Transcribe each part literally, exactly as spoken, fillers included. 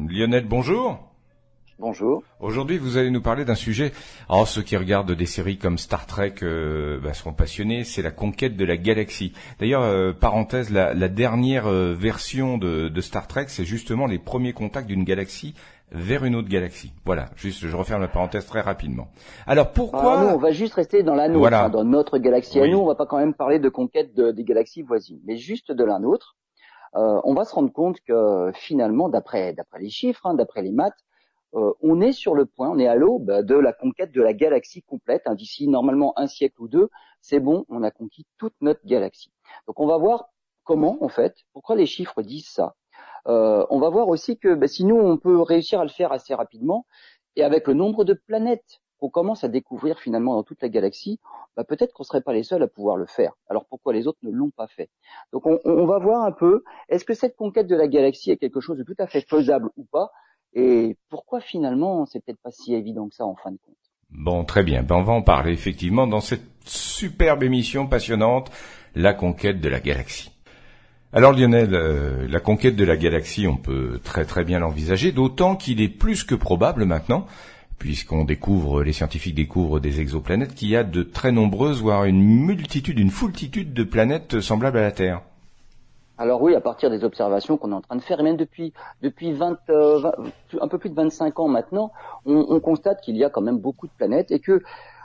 Lionel, bonjour. Bonjour. Aujourd'hui, vous allez nous parler d'un sujet. Alors, ceux qui regardent des séries comme Star Trek euh, bah, seront passionnés. C'est la conquête de la galaxie. D'ailleurs, euh, parenthèse, la, la dernière euh, version de, de Star Trek, c'est justement les premiers contacts d'une galaxie vers une autre galaxie. Voilà. Juste, je referme la parenthèse très rapidement. Alors, pourquoi Alors nous, on va juste rester dans la nôtre, voilà. hein, dans notre galaxie oui. à nous. On va pas quand même parler de conquête de, des galaxies voisines, mais juste de la nôtre. Euh, on va se rendre compte que finalement, d'après d'après les chiffres, hein, d'après les maths, euh, on est sur le point, on est à l'aube de la conquête de la galaxie complète. Hein, d'ici normalement un siècle ou deux, c'est bon, on a conquis toute notre galaxie. Donc on va voir comment, en fait, pourquoi les chiffres disent ça. Euh, on va voir aussi que bah, si nous, on peut réussir à le faire assez rapidement, et avec le nombre de planètes qu'on commence à découvrir finalement dans toute la galaxie, bah, peut-être qu'on ne serait pas les seuls à pouvoir le faire. Alors pourquoi les autres ne l'ont pas fait? Donc on, on va voir un peu, est-ce que cette conquête de la galaxie est quelque chose de tout à fait faisable ou pas? Et pourquoi finalement c'est peut-être pas si évident que ça en fin de compte? Bon, très bien. Ben, on va en parler effectivement dans cette superbe émission passionnante, la conquête de la galaxie. Alors Lionel, euh, la conquête de la galaxie, on peut très très bien l'envisager, d'autant qu'il est plus que probable maintenant, puisqu'on découvre, les scientifiques découvrent des exoplanètes, qu'il y a de très nombreuses, voire une multitude, une foultitude de planètes semblables à la Terre. Alors oui, à partir des observations qu'on est en train de faire, et même depuis depuis vingt, euh, vingt, un peu plus de vingt-cinq ans maintenant, on, on constate qu'il y a quand même beaucoup de planètes et que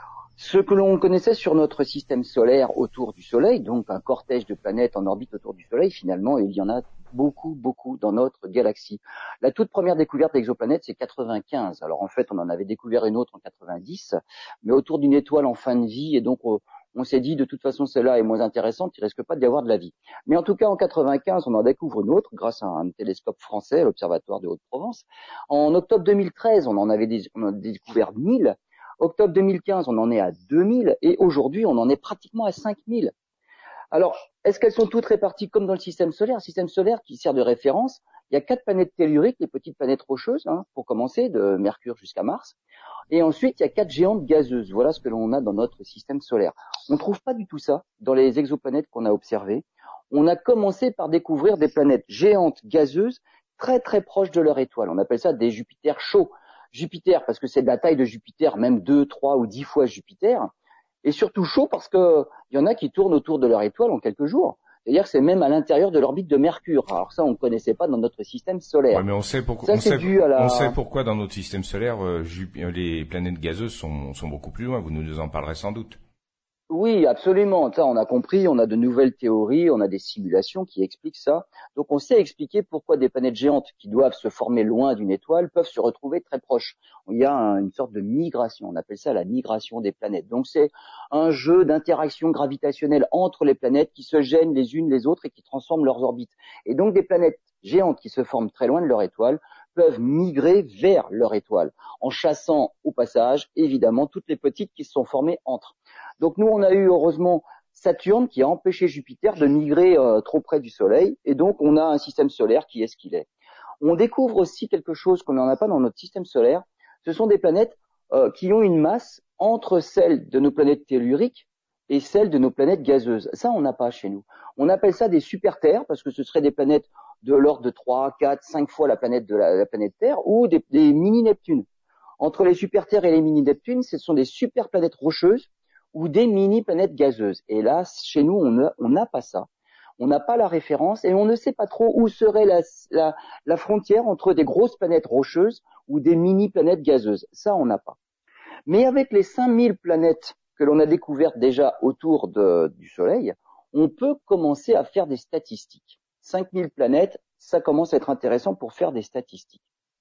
ce que l'on connaissait sur notre système solaire autour du Soleil, donc un cortège de planètes en orbite autour du Soleil, finalement, il y en a beaucoup, beaucoup dans notre galaxie. La toute première découverte d'exoplanètes, c'est quatre-vingt-quinze. Alors en fait, on en avait découvert une autre en quatre-vingt-dix, mais autour d'une étoile en fin de vie, et donc on, on s'est dit, de toute façon, celle-là est moins intéressante, il risque pas d'y avoir de la vie. Mais en tout cas, en quatre-vingt-quinze, on en découvre une autre, grâce à un télescope français, l'Observatoire de Haute-Provence. En octobre deux mille treize, on en avait des, on en a découvert mille. Octobre deux mille quinze, on en est à deux mille et aujourd'hui, on en est pratiquement à cinq mille. Alors, est-ce qu'elles sont toutes réparties comme dans le système solaire? Le système solaire qui sert de référence, il y a quatre planètes telluriques, les petites planètes rocheuses, hein, pour commencer, de Mercure jusqu'à Mars. Et ensuite, il y a quatre géantes gazeuses. Voilà ce que l'on a dans notre système solaire. On ne trouve pas du tout ça dans les exoplanètes qu'on a observées. On a commencé par découvrir des planètes géantes gazeuses très très proches de leur étoile. On appelle ça des Jupiters chauds. Jupiter parce que c'est de la taille de Jupiter, même deux, trois ou dix fois Jupiter, et surtout chaud parce que il y en a qui tournent autour de leur étoile en quelques jours. C'est-à-dire que c'est même à l'intérieur de l'orbite de Mercure. Alors ça, on ne connaissait pas dans notre système solaire. Ouais, mais on sait, pourquoi, ça, on, sait, dû à la... on sait pourquoi dans notre système solaire, euh, les planètes gazeuses sont, sont beaucoup plus loin. Vous nous en parlerez sans doute. Oui, absolument. Ça, on a compris, on a de nouvelles théories, on a des simulations qui expliquent ça. Donc, on sait expliquer pourquoi des planètes géantes qui doivent se former loin d'une étoile peuvent se retrouver très proches. Il y a un, une sorte de migration, on appelle ça la migration des planètes. Donc, c'est un jeu d'interaction gravitationnelle entre les planètes qui se gênent les unes les autres et qui transforment leurs orbites. Et donc, des planètes géantes qui se forment très loin de leur étoile peuvent migrer vers leur étoile, en chassant au passage, évidemment, toutes les petites qui se sont formées entre. Donc nous, on a eu heureusement Saturne qui a empêché Jupiter de migrer euh, trop près du Soleil, et donc on a un système solaire qui est ce qu'il est. On découvre aussi quelque chose qu'on n'en a pas dans notre système solaire, ce sont des planètes euh, qui ont une masse entre celles de nos planètes telluriques et celles de nos planètes gazeuses. Ça, on n'a pas chez nous. On appelle ça des super-terres, parce que ce seraient des planètes de l'ordre de trois, quatre, cinq fois la planète de la, la planète Terre, ou des, des mini-Neptunes. Entre les super-terres et les mini-Neptunes, ce sont des super-planètes rocheuses, ou des mini-planètes gazeuses. Et là, chez nous, on n'a pas ça. On n'a pas la référence et on ne sait pas trop où serait la, la, la frontière entre des grosses planètes rocheuses ou des mini-planètes gazeuses. Ça, on n'a pas. Mais avec les cinq mille planètes que l'on a découvertes déjà autour de, du Soleil, on peut commencer à faire des statistiques. cinq mille planètes, ça commence à être intéressant pour faire des statistiques.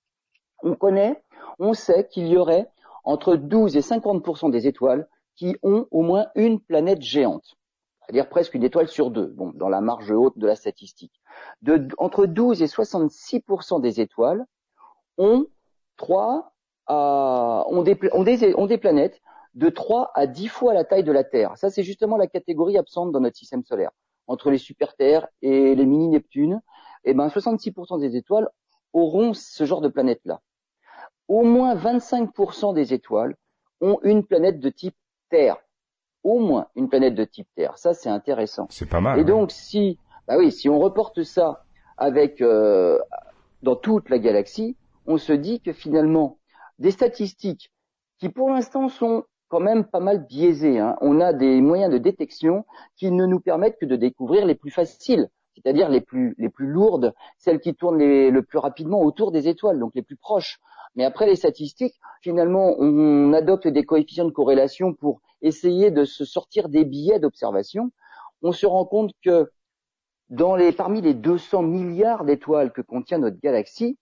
On connaît, on sait qu'il y aurait entre douze et cinquante pour cent des étoiles qui ont au moins une planète géante, c'est-à-dire presque une étoile sur deux, bon, dans la marge haute de la statistique. De, entre douze et soixante-six pour cent des étoiles ont trois à, ont des, ont des, ont des planètes de trois à dix fois la taille de la Terre. Ça, c'est justement la catégorie absente dans notre système solaire. Entre les super-terres et les mini-Neptunes, eh ben, soixante-six pour cent des étoiles auront ce genre de planète-là. Au moins vingt-cinq pour cent des étoiles ont une planète de type Terre. Au moins une planète de type Terre. Ça, c'est intéressant. C'est pas mal. Et donc, ouais. si, bah oui, si on reporte ça avec, euh, dans toute la galaxie, on se dit que finalement, des statistiques qui pour l'instant sont quand même pas mal biaisées, hein. On a des moyens de détection qui ne nous permettent que de découvrir les plus faciles, c'est-à-dire les plus les plus lourdes, celles qui tournent les, le plus rapidement autour des étoiles, donc les plus proches. Mais après les statistiques, finalement, on adopte des coefficients de corrélation pour essayer de se sortir des biais d'observation. On se rend compte que dans les, parmi les deux cents milliards d'étoiles que contient notre galaxie,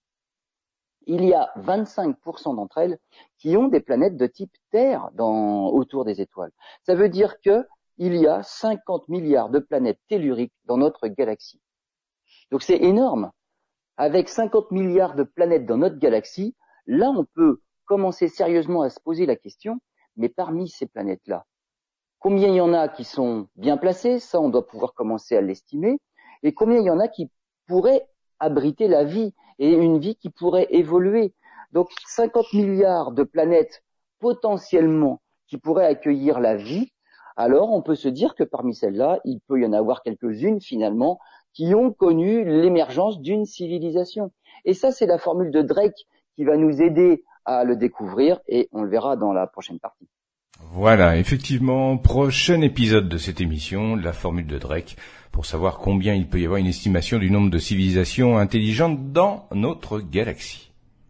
il y a vingt-cinq pour cent d'entre elles qui ont des planètes de type Terre dans, autour des étoiles. Ça veut dire que il y a cinquante milliards de planètes telluriques dans notre galaxie. Donc c'est énorme. Avec cinquante milliards de planètes dans notre galaxie, là on peut commencer sérieusement à se poser la question, mais parmi ces planètes-là, combien il y en a qui sont bien placées? Ça, on doit pouvoir commencer à l'estimer. Et combien il y en a qui pourraient abriter la vie et une vie qui pourrait évoluer? Donc cinquante milliards de planètes potentiellement qui pourraient accueillir la vie. Alors on peut se dire que parmi celles-là, il peut y en avoir quelques-unes finalement qui ont connu l'émergence d'une civilisation. Et ça, c'est la formule de Drake qui va nous aider à le découvrir et on le verra dans la prochaine partie. Voilà, effectivement, prochain épisode de cette émission, la formule de Drake, pour savoir combien il peut y avoir une estimation du nombre de civilisations intelligentes dans notre galaxie.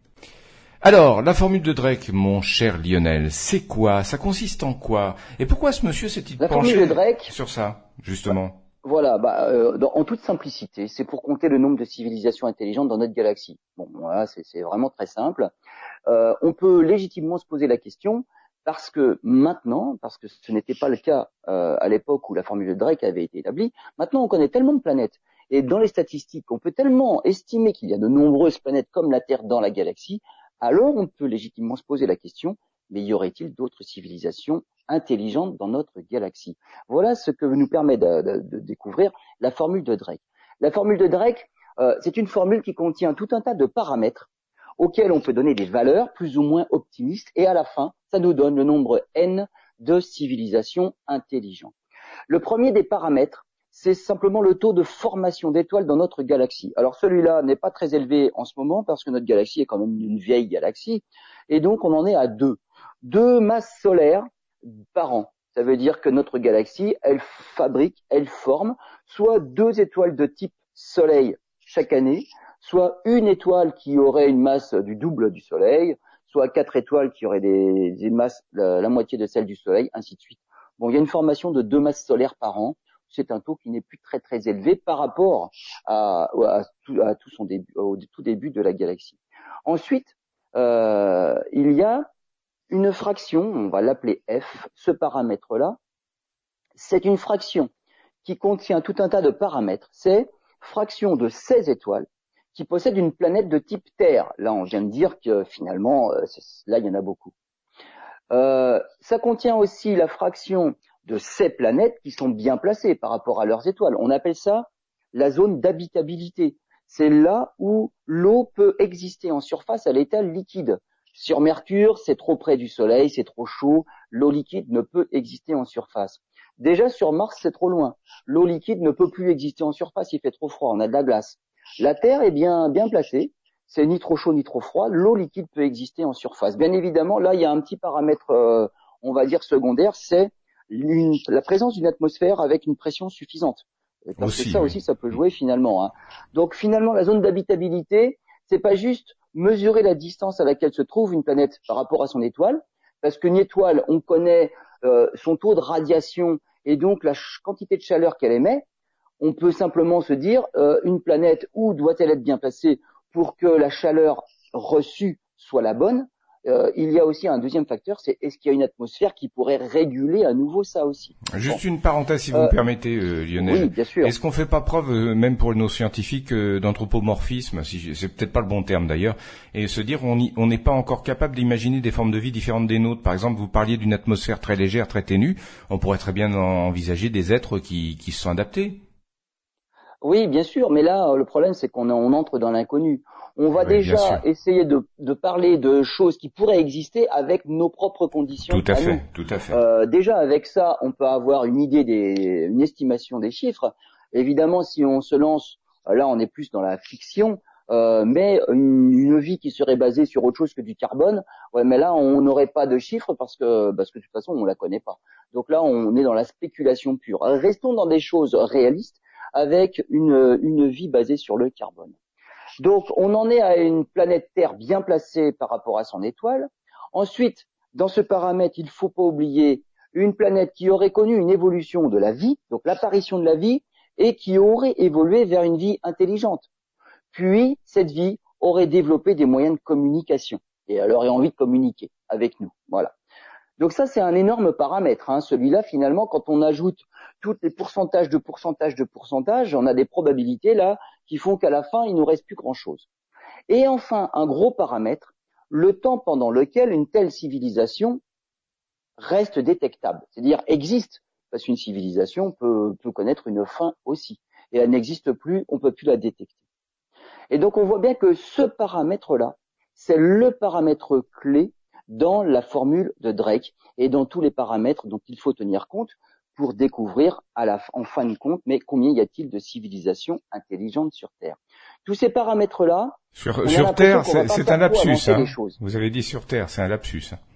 Alors, la formule de Drake, mon cher Lionel, c'est quoi? Ça consiste en quoi? Et pourquoi ce monsieur s'est-il penché sur ça, justement? Voilà, bah, euh, dans, en toute simplicité, c'est pour compter le nombre de civilisations intelligentes dans notre galaxie. Bon, voilà, c'est, c'est vraiment très simple. Euh, on peut légitimement se poser la question, parce que maintenant, parce que ce n'était pas le cas euh, à l'époque où la formule de Drake avait été établie, maintenant on connaît tellement de planètes, et dans les statistiques, on peut tellement estimer qu'il y a de nombreuses planètes comme la Terre dans la galaxie, alors on peut légitimement se poser la question, mais y aurait-il d'autres civilisations intelligentes dans notre galaxie? Voilà ce que nous permet de, de, de découvrir la formule de Drake. La formule de Drake, euh, c'est une formule qui contient tout un tas de paramètres auxquels on peut donner des valeurs plus ou moins optimistes, et à la fin, ça nous donne le nombre n de civilisations intelligentes. Le premier des paramètres, c'est simplement le taux de formation d'étoiles dans notre galaxie. Alors celui-là n'est pas très élevé en ce moment parce que notre galaxie est quand même une vieille galaxie, et donc on en est à deux. Deux masses solaires par an. Ça veut dire que notre galaxie, elle fabrique, elle forme soit deux étoiles de type Soleil chaque année, soit une étoile qui aurait une masse du double du Soleil, soit quatre étoiles qui auraient des, des masses la, la moitié de celle du Soleil, ainsi de suite. Bon, il y a une formation de deux masses solaires par an. C'est un taux qui n'est plus très très élevé par rapport à, à, tout, à tout son début, au tout début de la galaxie. Ensuite, euh, il y a une fraction, on va l'appeler F, ce paramètre-là, c'est une fraction qui contient tout un tas de paramètres. C'est fraction de seize étoiles qui possèdent une planète de type Terre. Là, on vient de dire que finalement, là, il y en a beaucoup. Euh, ça contient aussi la fraction de ces planètes qui sont bien placées par rapport à leurs étoiles. On appelle ça la zone d'habitabilité. C'est là où l'eau peut exister en surface à l'état liquide. Sur Mercure, c'est trop près du Soleil, c'est trop chaud, l'eau liquide ne peut exister en surface. Déjà sur Mars, c'est trop loin. L'eau liquide ne peut plus exister en surface, il fait trop froid, on a de la glace. La Terre est bien bien placée, c'est ni trop chaud ni trop froid, l'eau liquide peut exister en surface. Bien évidemment, là, il y a un petit paramètre, euh, on va dire secondaire, c'est une, la présence d'une atmosphère avec une pression suffisante. Parce aussi, que ça oui. aussi, ça peut jouer finalement. Hein. Donc finalement, la zone d'habitabilité, c'est pas juste mesurer la distance à laquelle se trouve une planète par rapport à son étoile, parce qu'une étoile, on connaît euh, son taux de radiation et donc la ch- quantité de chaleur qu'elle émet. On peut simplement se dire, euh, une planète, où doit-elle être bien placée pour que la chaleur reçue soit la bonne? Euh, il y a aussi un deuxième facteur, c'est est-ce qu'il y a une atmosphère qui pourrait réguler à nouveau ça aussi? Juste bon. Une parenthèse, si vous euh, me permettez, euh, Lionel. Oui, bien sûr. Est-ce qu'on fait pas preuve, euh, même pour nos scientifiques, euh, d'anthropomorphisme, si c'est peut-être pas le bon terme d'ailleurs, et se dire on on n'est pas encore capable d'imaginer des formes de vie différentes des nôtres. Par exemple, vous parliez d'une atmosphère très légère, très ténue. On pourrait très bien envisager des êtres qui qui se sont adaptés. Oui, bien sûr, mais là, le problème, c'est qu'on on entre dans l'inconnu. On va oui, déjà essayer de, de parler de choses qui pourraient exister avec nos propres conditions. Tout à, à fait, nous. tout à fait. Euh, déjà, avec ça, on peut avoir une idée des, une estimation des chiffres. Évidemment, si on se lance, là, on est plus dans la fiction. Euh, mais une, une vie qui serait basée sur autre chose que du carbone, ouais, mais là on n'aurait pas de chiffres parce que parce que de toute façon on la connaît pas. Donc là on est dans la spéculation pure. Restons dans des choses réalistes avec une une vie basée sur le carbone. Donc on en est à une planète Terre bien placée par rapport à son étoile. Ensuite, dans ce paramètre, il faut pas oublier une planète qui aurait connu une évolution de la vie, donc l'apparition de la vie, et qui aurait évolué vers une vie intelligente. Puis, cette vie aurait développé des moyens de communication et elle aurait envie de communiquer avec nous. Voilà. Donc ça, c'est un énorme paramètre. Hein. Celui-là, finalement, quand on ajoute tous les pourcentages de pourcentages de pourcentages, on a des probabilités là qui font qu'à la fin, il nous reste plus grand-chose. Et enfin, un gros paramètre, le temps pendant lequel une telle civilisation reste détectable, c'est-à-dire existe, parce qu'une civilisation peut, peut connaître une fin aussi, et elle n'existe plus, on peut plus la détecter. Et donc on voit bien que ce paramètre-là, c'est le paramètre clé dans la formule de Drake et dans tous les paramètres dont il faut tenir compte pour découvrir à la, en fin de compte, mais combien y a-t-il de civilisations intelligentes sur Terre. Tous ces paramètres-là, sur, sur Terre, c'est, c'est un lapsus. Hein. Vous avez dit sur Terre, c'est un lapsus. Hein.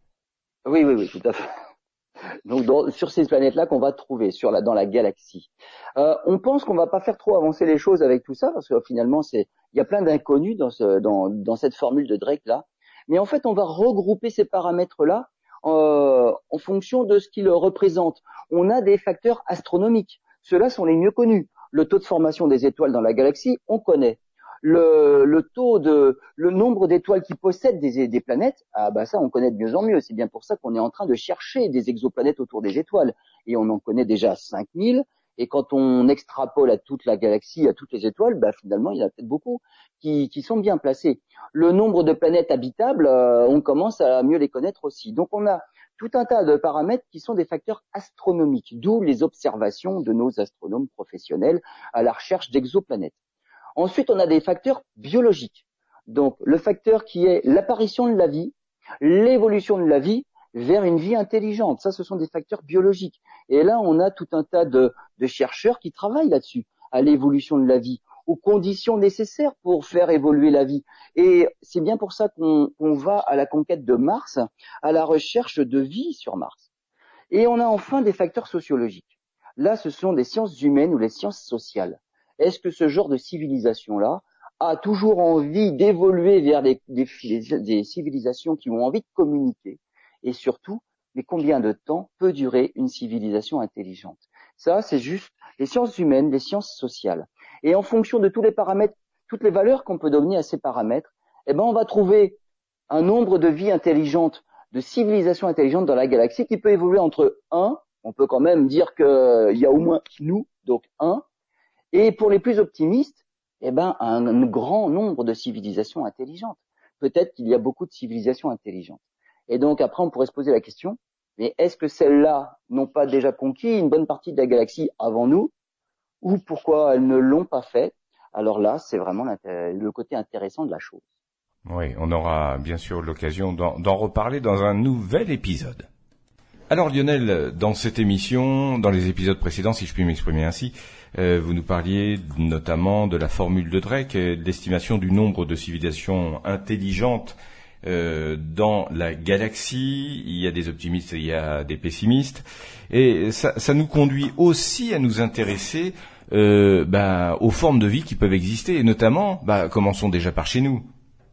Oui, oui, oui, tout à fait. Donc dans, sur ces planètes-là qu'on va trouver sur la, dans la galaxie. Euh, on pense qu'on va pas faire trop avancer les choses avec tout ça parce que finalement c'est, il y a plein d'inconnus dans, ce, dans, dans cette formule de Drake là. Mais en fait, on va regrouper ces paramètres-là euh, en fonction de ce qu'ils représentent. On a des facteurs astronomiques. Ceux-là sont les mieux connus. Le taux de formation des étoiles dans la galaxie, on connaît. Le, le taux de, le nombre d'étoiles qui possèdent des, des planètes, ah bah ça on connaît de mieux en mieux. C'est bien pour ça qu'on est en train de chercher des exoplanètes autour des étoiles. Et on en connaît déjà cinq mille. Et quand on extrapole à toute la galaxie, à toutes les étoiles, bah finalement il y en a peut-être beaucoup qui, qui sont bien placés. Le nombre de planètes habitables, euh, on commence à mieux les connaître aussi. Donc on a tout un tas de paramètres qui sont des facteurs astronomiques, d'où les observations de nos astronomes professionnels à la recherche d'exoplanètes. Ensuite, on a des facteurs biologiques. Donc, le facteur qui est l'apparition de la vie, l'évolution de la vie vers une vie intelligente. Ça, ce sont des facteurs biologiques. Et là, on a tout un tas de, de chercheurs qui travaillent là-dessus, à l'évolution de la vie, aux conditions nécessaires pour faire évoluer la vie. Et c'est bien pour ça qu'on, qu'on va à la conquête de Mars, à la recherche de vie sur Mars. Et on a enfin des facteurs sociologiques. Là, ce sont des sciences humaines ou les sciences sociales. Est-ce que ce genre de civilisation-là a toujours envie d'évoluer vers des, des, des civilisations qui ont envie de communiquer? Et surtout, mais combien de temps peut durer une civilisation intelligente? Ça, c'est juste les sciences humaines, les sciences sociales. Et en fonction de tous les paramètres, toutes les valeurs qu'on peut donner à ces paramètres, eh ben, on va trouver un nombre de vies intelligentes, de civilisations intelligentes dans la galaxie qui peut évoluer entre un, on peut quand même dire qu'il y a au moins nous, donc un, et pour les plus optimistes, eh ben, un, un grand nombre de civilisations intelligentes. Peut-être qu'il y a beaucoup de civilisations intelligentes. Et donc après, on pourrait se poser la question, mais est-ce que celles-là n'ont pas déjà conquis une bonne partie de la galaxie avant nous, ou pourquoi elles ne l'ont pas fait? Alors là, c'est vraiment le côté intéressant de la chose. Oui, on aura bien sûr l'occasion d'en, d'en reparler dans un nouvel épisode. Alors Lionel, dans cette émission, dans les épisodes précédents, si je puis m'exprimer ainsi, euh, vous nous parliez notamment de la formule de Drake, et de l'estimation du nombre de civilisations intelligentes euh, dans la galaxie. Il y a des optimistes et il y a des pessimistes. Et ça, ça nous conduit aussi à nous intéresser euh, bah, aux formes de vie qui peuvent exister, et notamment, bah, commençons déjà par chez nous.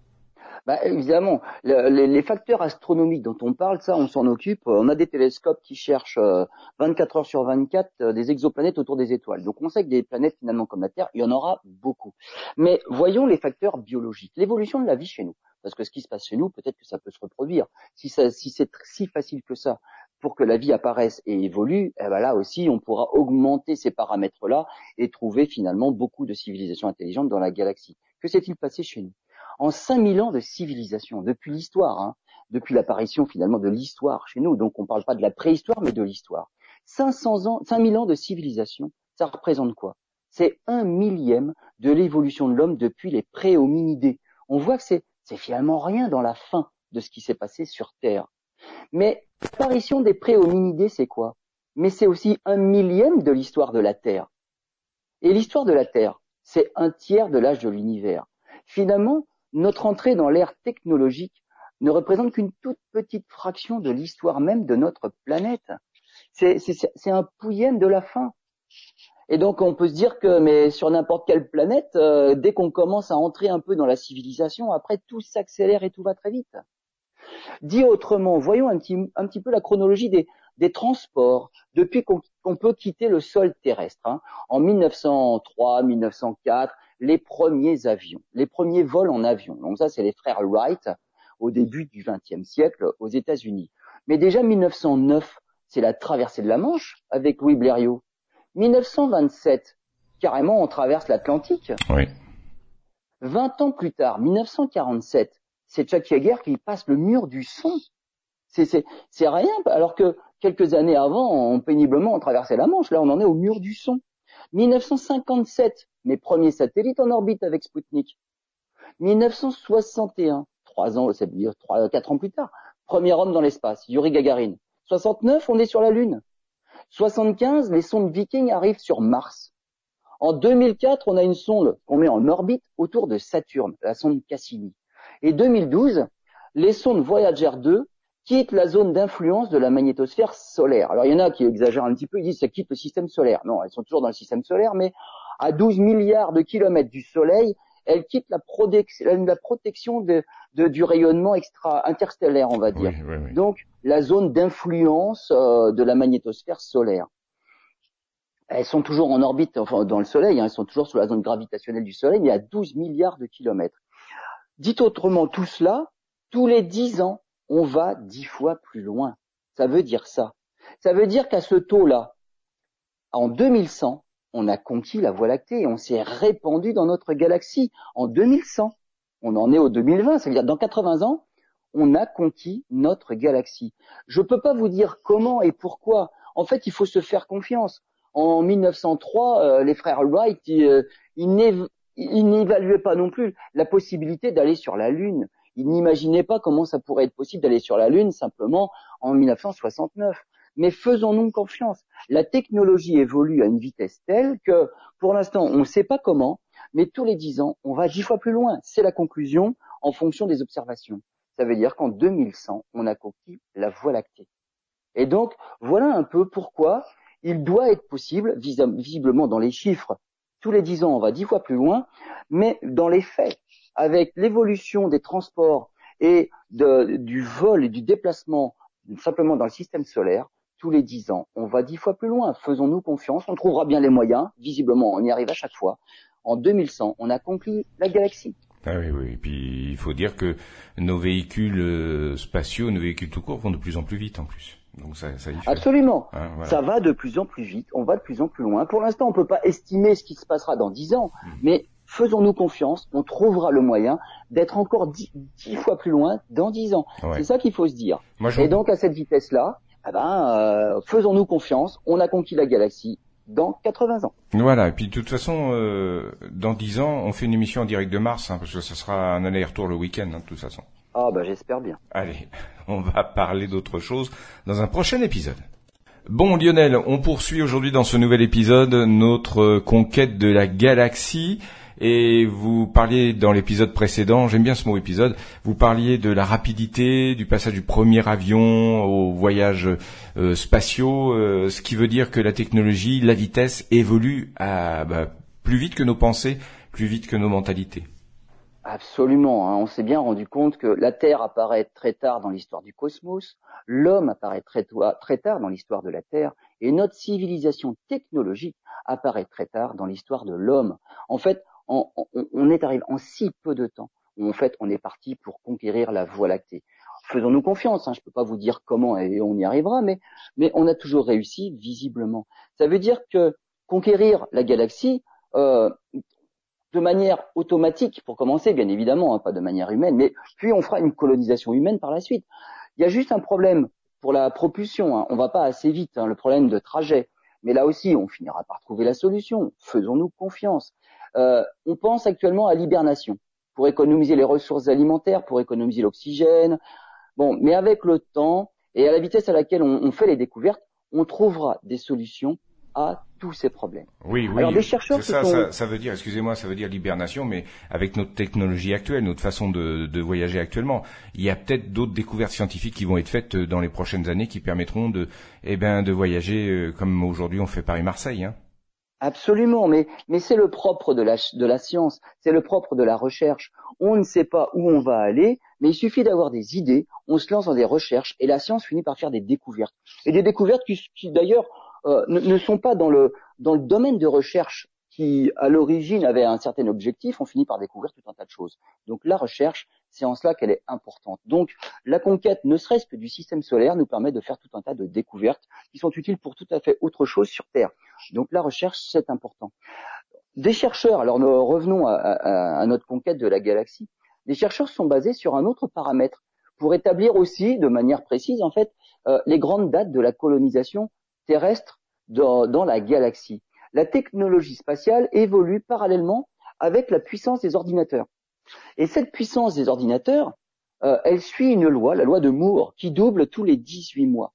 Bah, évidemment, le, les, les facteurs astronomiques dont on parle, ça, on s'en occupe. On a des télescopes qui cherchent euh, vingt-quatre heures sur vingt-quatre euh, des exoplanètes autour des étoiles. Donc, on sait que des planètes finalement comme la Terre, il y en aura beaucoup. Mais voyons les facteurs biologiques, l'évolution de la vie chez nous. Parce que ce qui se passe chez nous, peut-être que ça peut se reproduire. Si, ça, si c'est si facile que ça pour que la vie apparaisse et évolue, eh ben là aussi, on pourra augmenter ces paramètres-là et trouver finalement beaucoup de civilisations intelligentes dans la galaxie. Que s'est-il passé chez nous? En cinq mille ans de civilisation, depuis l'histoire, hein, depuis l'apparition finalement de l'histoire chez nous, donc on ne parle pas de la préhistoire, mais de l'histoire. cinq cents ans, cinq mille ans de civilisation, ça représente quoi? C'est un millième de l'évolution de l'homme depuis les pré-hominidés. On voit que c'est, c'est finalement rien dans la fin de ce qui s'est passé sur Terre. Mais l'apparition des pré-hominidés, c'est quoi? Mais c'est aussi un millième de l'histoire de la Terre. Et l'histoire de la Terre, c'est un tiers de l'âge de l'univers. Finalement, notre entrée dans l'ère technologique ne représente qu'une toute petite fraction de l'histoire même de notre planète. C'est, c'est, c'est un pouillème de la fin. Et donc on peut se dire que mais sur n'importe quelle planète, euh, dès qu'on commence à entrer un peu dans la civilisation, après tout s'accélère et tout va très vite. Dit autrement, voyons un petit, un petit peu la chronologie des, des transports depuis qu'on, qu'on peut quitter le sol terrestre. Hein. En mille neuf cent trois, mille neuf cent quatre, les premiers avions, les premiers vols en avion. Donc ça, c'est les frères Wright au début du vingtième siècle aux États-Unis. Mais déjà mille neuf cent neuf, c'est la traversée de la Manche avec Louis Blériot. mille neuf cent vingt-sept, carrément, on traverse l'Atlantique. Oui. vingt ans plus tard, mille neuf cent quarante-sept, c'est Chuck Yeager qui passe le mur du son. C'est, c'est, c'est rien, alors que quelques années avant, on, péniblement, on traversait la Manche. Là, on en est au mur du son. mille neuf cent cinquante-sept, mes premiers satellites en orbite avec Sputnik. mille neuf cent soixante et un, trois ans, ça veut dire trois, quatre ans plus tard, premier homme dans l'espace, Yuri Gagarin. soixante-neuf, on est sur la Lune. soixante-quinze, les sondes Viking arrivent sur Mars. En deux mille quatre, on a une sonde qu'on met en orbite autour de Saturne, la sonde Cassini. Et deux mille douze, les sondes Voyager deux quittent la zone d'influence de la magnétosphère solaire. Alors il y en a qui exagèrent un petit peu, ils disent que ça quitte le système solaire. Non, elles sont toujours dans le système solaire, mais à douze milliards de kilomètres du Soleil, elles quittent la, la protection de, de, du rayonnement extra interstellaire, on va dire. Oui, oui, oui. Donc la zone d'influence euh, de la magnétosphère solaire. Elles sont toujours en orbite, enfin dans le Soleil, hein, elles sont toujours sur la zone gravitationnelle du Soleil, mais à douze milliards de kilomètres. Dit autrement, tout cela, tous les dix ans, on va dix fois plus loin. Ça veut dire ça. Ça veut dire qu'à ce taux-là, en deux mille cent, on a conquis la Voie lactée et on s'est répandu dans notre galaxie. En deux mille cent, on en est au deux mille vingt, ça veut dire dans quatre-vingts ans, on a conquis notre galaxie. Je peux pas vous dire comment et pourquoi. En fait, il faut se faire confiance. En mille neuf cent trois, euh, les frères Wright, ils, euh, ils, n'év- ils n'évaluaient pas non plus la possibilité d'aller sur la Lune. Ils n'imaginaient pas comment ça pourrait être possible d'aller sur la Lune simplement en mille neuf cent soixante-neuf. Mais faisons-nous confiance. La technologie évolue à une vitesse telle que, pour l'instant, on ne sait pas comment, mais tous les dix ans, on va dix fois plus loin. C'est la conclusion en fonction des observations. Ça veut dire qu'en deux mille cent, on a conquis la Voie lactée. Et donc, voilà un peu pourquoi il doit être possible, visiblement dans les chiffres, tous les dix ans, on va dix fois plus loin, mais dans les faits, avec l'évolution des transports et de, du vol et du déplacement simplement dans le système solaire, tous les dix ans, on va dix fois plus loin. Faisons-nous confiance, on trouvera bien les moyens, visiblement, on y arrive à chaque fois. En deux mille cent, on a conquis la galaxie. Ah oui, oui. Et puis, il faut dire que nos véhicules spatiaux, nos véhicules tout court vont de plus en plus vite en plus. Donc ça, ça y fait. Absolument. Hein, voilà. Ça va de plus en plus vite, on va de plus en plus loin. Pour l'instant, on ne peut pas estimer ce qui se passera dans dix ans, mmh. mais faisons-nous confiance, on trouvera le moyen d'être encore dix, dix fois plus loin dans dix ans. Ouais. C'est ça qu'il faut se dire. Moi, je... Et donc, à cette vitesse-là, eh ben, euh, faisons-nous confiance, on a conquis la galaxie dans quatre-vingts ans. Voilà, et puis de toute façon, euh, dans dix ans, on fait une émission en direct de Mars, hein, parce que ça sera un aller-retour le week-end, hein, de toute façon. Ah bah j'espère bien. Allez, on va parler d'autre chose dans un prochain épisode. Bon Lionel, on poursuit aujourd'hui dans ce nouvel épisode notre conquête de la galaxie. Et vous parliez dans l'épisode précédent, j'aime bien ce mot épisode, vous parliez de la rapidité, du passage du premier avion aux voyages euh, spatiaux, euh, ce qui veut dire que la technologie, la vitesse évolue à, bah, plus vite que nos pensées, plus vite que nos mentalités. Absolument, hein. On s'est bien rendu compte que la Terre apparaît très tard dans l'histoire du cosmos, l'homme apparaît très, très tard dans l'histoire de la Terre, et notre civilisation technologique apparaît très tard dans l'histoire de l'homme. En fait, on, on, on est arrivé en si peu de temps, où en fait on est parti pour conquérir la Voie lactée. Faisons-nous confiance, hein, je ne peux pas vous dire comment et on y arrivera, mais, mais on a toujours réussi visiblement. Ça veut dire que conquérir la galaxie, euh, de manière automatique, pour commencer, bien évidemment, hein, pas de manière humaine, mais puis on fera une colonisation humaine par la suite. Il y a juste un problème pour la propulsion, hein. On va pas assez vite, hein, le problème de trajet. Mais là aussi, on finira par trouver la solution. Faisons-nous confiance. Euh, on pense actuellement à l'hibernation, pour économiser les ressources alimentaires, pour économiser l'oxygène. Bon, mais avec le temps et à la vitesse à laquelle on, on fait les découvertes, on trouvera des solutions à tous ces problèmes. Oui, oui. Alors des chercheurs c'est ça, sont... ça, ça veut dire, excusez-moi, ça veut dire l'hibernation, mais avec notre technologie actuelle, notre façon de, de voyager actuellement, il y a peut-être d'autres découvertes scientifiques qui vont être faites dans les prochaines années qui permettront de, eh ben, de voyager comme aujourd'hui on fait Paris-Marseille, hein. Absolument, mais, mais c'est le propre de la, de la science, c'est le propre de la recherche. On ne sait pas où on va aller, mais il suffit d'avoir des idées, on se lance dans des recherches et la science finit par faire des découvertes. Et des découvertes qui, qui d'ailleurs euh, ne, ne sont pas dans le, dans le domaine de recherche qui, à l'origine, avait un certain objectif, on finit par découvrir tout un tas de choses. Donc la recherche, c'est en cela qu'elle est importante. Donc la conquête, ne serait-ce que du système solaire, nous permet de faire tout un tas de découvertes qui sont utiles pour tout à fait autre chose sur Terre. Donc la recherche, c'est important. Des chercheurs, alors nous revenons à, à, à notre conquête de la galaxie, les chercheurs sont basés sur un autre paramètre pour établir aussi, de manière précise en fait, euh, les grandes dates de la colonisation terrestre dans, dans la galaxie. La technologie spatiale évolue parallèlement avec la puissance des ordinateurs. Et cette puissance des ordinateurs, euh, elle suit une loi, la loi de Moore, qui double tous les dix-huit mois.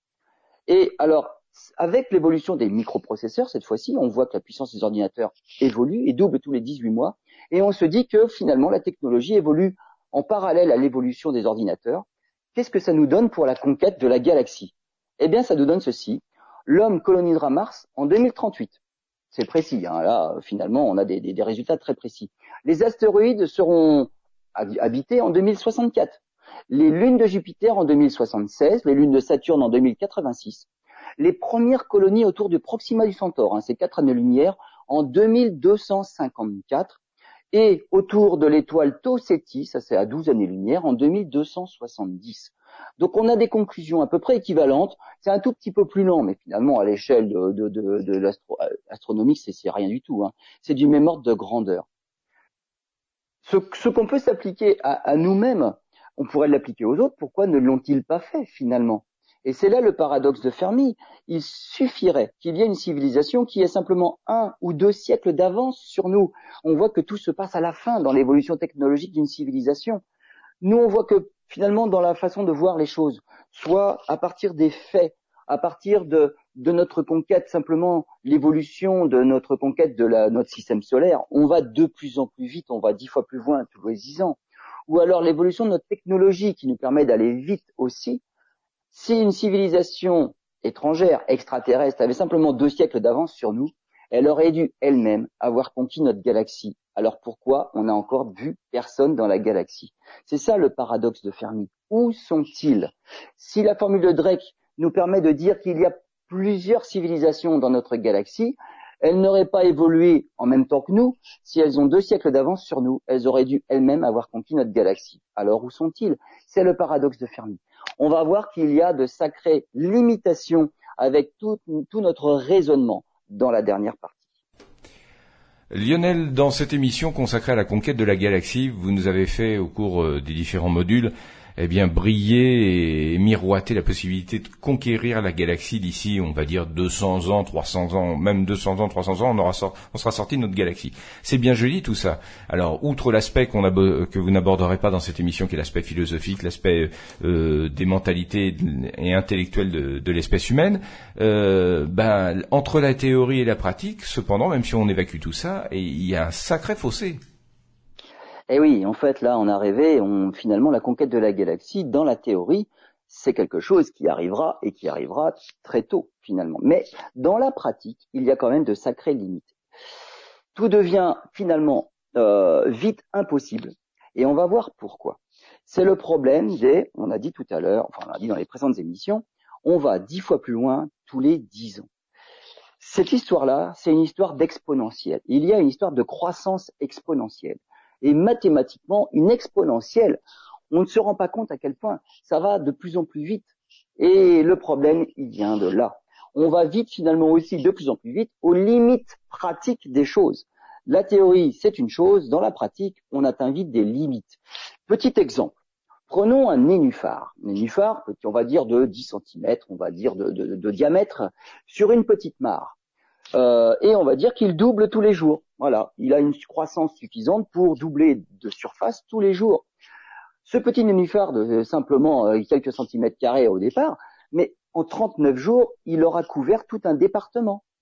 Et alors, avec l'évolution des microprocesseurs, cette fois-ci, on voit que la puissance des ordinateurs évolue et double tous les dix-huit mois. Et on se dit que finalement, la technologie évolue en parallèle à l'évolution des ordinateurs. Qu'est-ce que ça nous donne pour la conquête de la galaxie? Eh bien, ça nous donne ceci. L'homme colonisera Mars en deux mille trente-huit. C'est précis, hein. Là, finalement, on a des, des, des résultats très précis. Les astéroïdes seront habités en deux mille soixante-quatre. Les lunes de Jupiter en deux mille soixante-seize, les lunes de Saturne en deux mille quatre-vingt-six. Les premières colonies autour de Proxima du Centaure, hein, ces quatre années-lumière, en deux mille deux cent cinquante-quatre. Et autour de l'étoile Tau Ceti, ça c'est à douze années-lumière, en deux mille deux cent soixante-dix. Donc on a des conclusions à peu près équivalentes. C'est un tout petit peu plus lent, mais finalement à l'échelle de, de, de, de l'astronomie, c'est, c'est rien du tout, hein. C'est du même ordre de grandeur. Ce, ce qu'on peut s'appliquer à, à nous-mêmes, on pourrait l'appliquer aux autres. Pourquoi ne l'ont-ils pas fait finalement? Et c'est là le paradoxe de Fermi. Il suffirait qu'il y ait une civilisation qui ait simplement un ou deux siècles d'avance sur nous. On voit que tout se passe à la fin dans l'évolution technologique d'une civilisation. Nous, on voit que finalement dans la façon de voir les choses, soit à partir des faits, à partir de, de notre conquête, simplement l'évolution de notre conquête de la, notre système solaire, on va de plus en plus vite, on va dix fois plus loin tous les dix ans. Ou alors l'évolution de notre technologie qui nous permet d'aller vite aussi. Si une civilisation étrangère, extraterrestre, avait simplement deux siècles d'avance sur nous, elle aurait dû elle-même avoir conquis notre galaxie. Alors pourquoi on n'a encore vu personne dans la galaxie? C'est ça le paradoxe de Fermi. Où sont-ils? Si la formule de Drake nous permet de dire qu'il y a plusieurs civilisations dans notre galaxie, elles n'auraient pas évolué en même temps que nous. Si elles ont deux siècles d'avance sur nous, elles auraient dû elles-mêmes avoir conquis notre galaxie. Alors où sont-ils? C'est le paradoxe de Fermi. On va voir qu'il y a de sacrées limitations avec tout, tout notre raisonnement dans la dernière partie. Lionel, dans cette émission consacrée à la conquête de la galaxie, vous nous avez fait au cours des différents modules eh bien briller et miroiter la possibilité de conquérir la galaxie d'ici, on va dire deux cents ans, trois cents ans, même deux cents ans, trois cents ans, on aura sort, on sera sorti de notre galaxie. C'est bien joli tout ça. Alors, outre l'aspect qu'on a, que vous n'aborderez pas dans cette émission, qui est l'aspect philosophique, l'aspect euh, des mentalités et intellectuelles de, de l'espèce humaine, euh, ben entre la théorie et la pratique, cependant, même si on évacue tout ça, il y a un sacré fossé. Eh oui, en fait, là, on a rêvé, on, finalement, la conquête de la galaxie, dans la théorie, c'est quelque chose qui arrivera et qui arrivera très tôt, finalement. Mais dans la pratique, il y a quand même de sacrées limites. Tout devient, finalement, euh, vite impossible. Et on va voir pourquoi. C'est le problème des, on a dit tout à l'heure, enfin, on a dit dans les précédentes émissions, on va dix fois plus loin tous les dix ans. Cette histoire-là, c'est une histoire d'exponentielle. Il y a une histoire de croissance exponentielle. Et mathématiquement, une exponentielle, on ne se rend pas compte à quel point ça va de plus en plus vite. Et le problème, il vient de là. On va vite finalement aussi de plus en plus vite aux limites pratiques des choses. La théorie, c'est une chose, dans la pratique, on atteint vite des limites. Petit exemple, prenons un nénuphar. Un nénuphar, on va dire de dix centimètres, on va dire de, de, de diamètre, sur une petite mare. Euh, et on va dire qu'il double tous les jours. Voilà, il a une croissance suffisante pour doubler de surface tous les jours. Ce petit nénuphar de simplement euh, quelques centimètres carrés au départ, mais en trente-neuf jours, il aura couvert tout un département.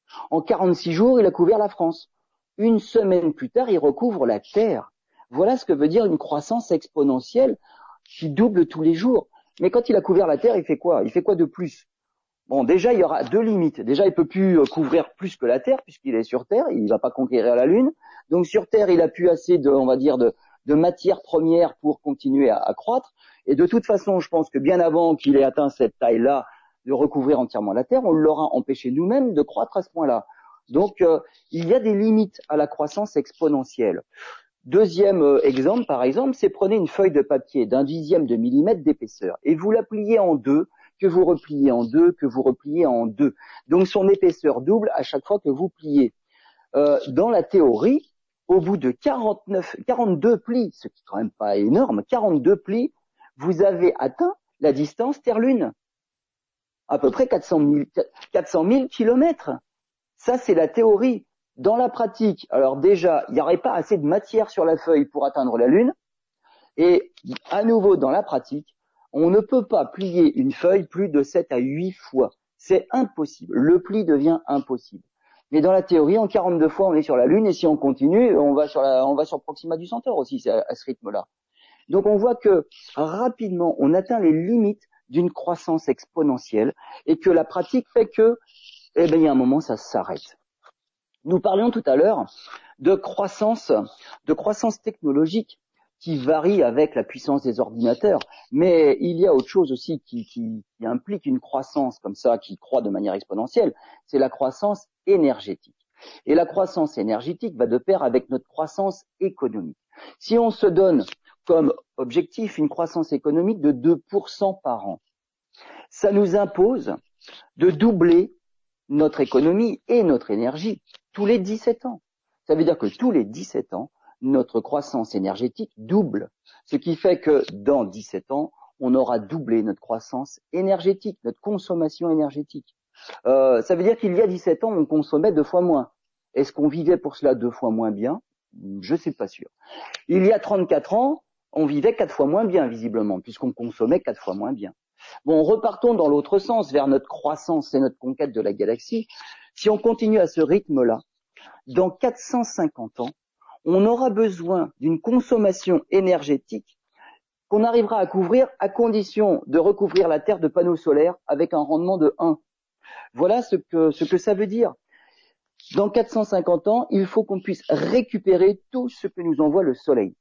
En quarante-six jours, il a couvert la France. Une semaine plus tard, il recouvre la Terre. Voilà ce que veut dire une croissance exponentielle qui double tous les jours. Mais quand il a couvert la Terre, il fait quoi? Il fait quoi de plus? Bon, déjà, il y aura deux limites. Déjà, il peut plus couvrir plus que la Terre puisqu'il est sur Terre. Il va pas conquérir la Lune. Donc, sur Terre, il a plus assez de, on va dire, de, de matière première pour continuer à, à croître. Et de toute façon, je pense que bien avant qu'il ait atteint cette taille-là, de recouvrir entièrement la Terre, on l'aura empêché nous-mêmes de croître à ce point-là. Donc, euh, il y a des limites à la croissance exponentielle. Deuxième euh, exemple, par exemple, c'est prenez une feuille de papier d'un dixième de millimètre d'épaisseur et vous la pliez en deux, que vous repliez en deux, que vous repliez en deux. Donc, son épaisseur double à chaque fois que vous pliez. Euh, dans la théorie, au bout de quarante-neuf, quarante-deux plis, ce qui est quand même pas énorme, quarante-deux plis, vous avez atteint la distance Terre-Lune. À peu près quatre cent mille kilomètres. Ça, c'est la théorie. Dans la pratique, alors déjà, il n'y aurait pas assez de matière sur la feuille pour atteindre la Lune. Et à nouveau, dans la pratique, on ne peut pas plier une feuille plus de sept à huit fois. C'est impossible. Le pli devient impossible. Mais dans la théorie, en quarante-deux fois, on est sur la Lune. Et si on continue, on va sur, la, on va sur Proxima du Centaure aussi, à, à ce rythme-là. Donc on voit que rapidement, on atteint les limites d'une croissance exponentielle et que la pratique fait que, eh ben, il y a un moment, ça s'arrête. Nous parlions tout à l'heure de croissance, de croissance technologique qui varie avec la puissance des ordinateurs, mais il y a autre chose aussi qui, qui, qui implique une croissance comme ça, qui croît de manière exponentielle, c'est la croissance énergétique. Et la croissance énergétique va de pair avec notre croissance économique. Si on se donne comme objectif une croissance économique de deux pour cent par an, ça nous impose de doubler notre économie et notre énergie tous les dix-sept ans. Ça veut dire que tous les dix-sept ans, notre croissance énergétique double. Ce qui fait que dans dix-sept ans, on aura doublé notre croissance énergétique, notre consommation énergétique. Euh, ça veut dire qu'il y a dix-sept ans, on consommait deux fois moins. Est-ce qu'on vivait pour cela deux fois moins bien? Je suis pas sûr. Il y a trente-quatre ans, on vivait quatre fois moins bien, visiblement, puisqu'on consommait quatre fois moins bien. Bon, repartons dans l'autre sens, vers notre croissance et notre conquête de la galaxie. Si on continue à ce rythme-là, dans quatre cent cinquante ans, on aura besoin d'une consommation énergétique qu'on arrivera à couvrir à condition de recouvrir la Terre de panneaux solaires avec un rendement de un. Voilà ce que, ce que ça veut dire. Dans quatre cent cinquante ans, il faut qu'on puisse récupérer tout ce que nous envoie le Soleil.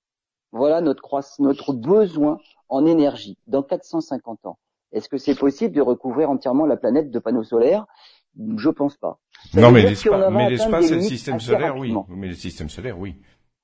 Voilà notre, croiss- notre besoin en énergie dans quatre cent cinquante ans. Est-ce que c'est possible de recouvrir entièrement la planète de panneaux solaires? Je pense pas. Ça non, mais l'espace, mais l'espace et le système solaire, oui. Mais le système solaire, oui.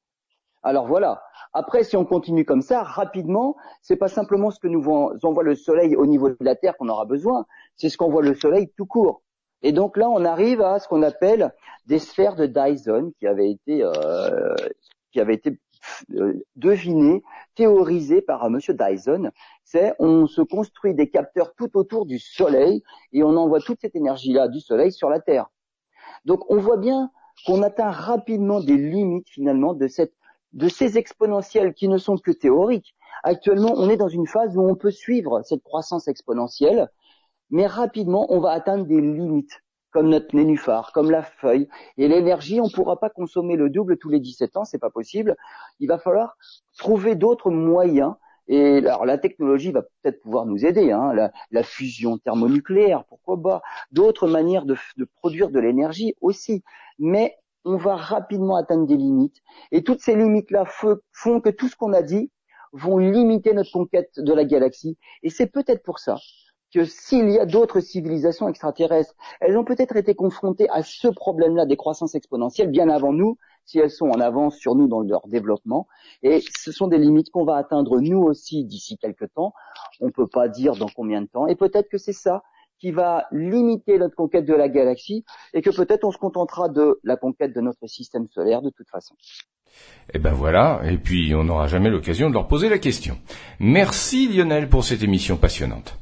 Alors voilà. Après, si on continue comme ça, rapidement, c'est pas simplement ce que nous envoie le Soleil au niveau de la Terre qu'on aura besoin, c'est ce qu'envoie le Soleil tout court. Et donc là, on arrive à ce qu'on appelle des sphères de Dyson qui avaient été, euh, qui avaient été euh, devinées, théorisées par euh, Monsieur Dyson. C'est, on se construit des capteurs tout autour du Soleil et on envoie toute cette énergie-là du Soleil sur la Terre. Donc, on voit bien qu'on atteint rapidement des limites finalement de cette de ces exponentielles qui ne sont que théoriques. Actuellement, on est dans une phase où on peut suivre cette croissance exponentielle, mais rapidement, on va atteindre des limites, comme notre nénuphar, comme la feuille. Et l'énergie, on ne pourra pas consommer le double tous les dix-sept ans, c'est pas possible. Il va falloir trouver d'autres moyens. Et alors, la technologie va peut-être pouvoir nous aider, hein, la, la fusion thermonucléaire, pourquoi pas, d'autres manières de, de produire de l'énergie aussi. Mais on va rapidement atteindre des limites. Et toutes ces limites-là font que tout ce qu'on a dit vont limiter notre conquête de la galaxie. Et c'est peut-être pour ça que s'il y a d'autres civilisations extraterrestres, elles ont peut-être été confrontées à ce problème-là des croissances exponentielles bien avant nous, si elles sont en avance sur nous dans leur développement. Et ce sont des limites qu'on va atteindre nous aussi d'ici quelques temps. On ne peut pas dire dans combien de temps. Et peut-être que c'est ça qui va limiter notre conquête de la galaxie et que peut-être on se contentera de la conquête de notre système solaire de toute façon. Eh ben voilà, et puis on n'aura jamais l'occasion de leur poser la question. Merci Lionel pour cette émission passionnante.